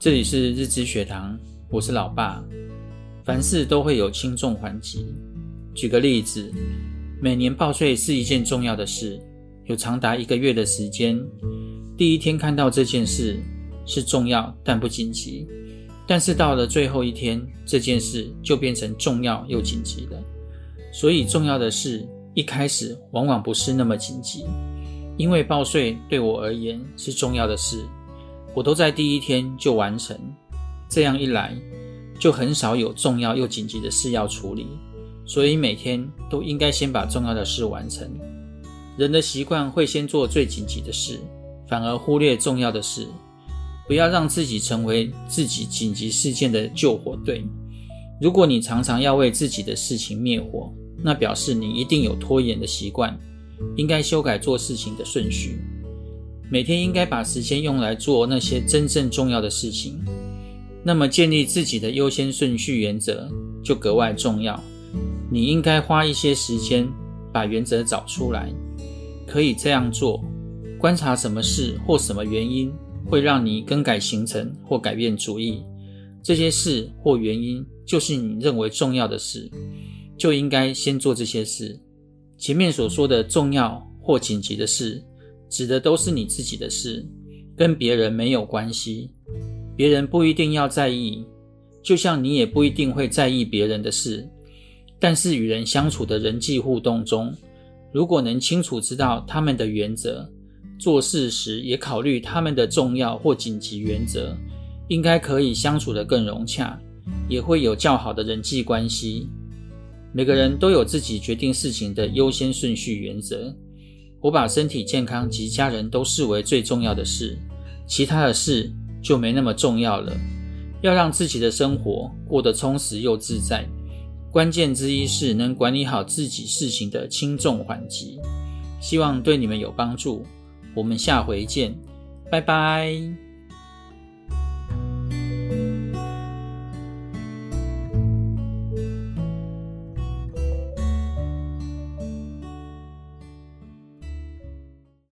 这里是日知学堂，我是老爸。凡事都会有轻重缓急。举个例子，每年报税是一件重要的事，有长达1个月的时间。第一天看到这件事是重要但不紧急，但是到了最后一天，这件事就变成重要又紧急了。所以重要的事一开始往往不是那么紧急，因为报税对我而言是重要的事，我都在第一天就完成，这样一来就很少有重要又紧急的事要处理，所以每天都应该先把重要的事完成。人的习惯会先做最紧急的事，反而忽略重要的事。不要让自己成为自己紧急事件的救火队。如果你常常要为自己的事情灭火，那表示你一定有拖延的习惯，应该修改做事情的顺序。每天应该把时间用来做那些真正重要的事情，那么建立自己的优先顺序原则就格外重要。你应该花一些时间把原则找出来，可以这样做：观察什么事或什么原因会让你更改行程或改变主意，这些事或原因就是你认为重要的事，就应该先做这些事。前面所说的重要或紧急的事，指的都是你自己的事，跟别人没有关系。别人不一定要在意，就像你也不一定会在意别人的事。但是与人相处的人际互动中，如果能清楚知道他们的原则，做事时也考虑他们的重要或紧急原则，应该可以相处得更融洽，也会有较好的人际关系。每个人都有自己决定事情的优先顺序原则。我把身体健康及家人都视为最重要的事，其他的事就没那么重要了。要让自己的生活过得充实又自在，关键之一是能管理好自己事情的轻重缓急。希望对你们有帮助，我们下回见，拜拜。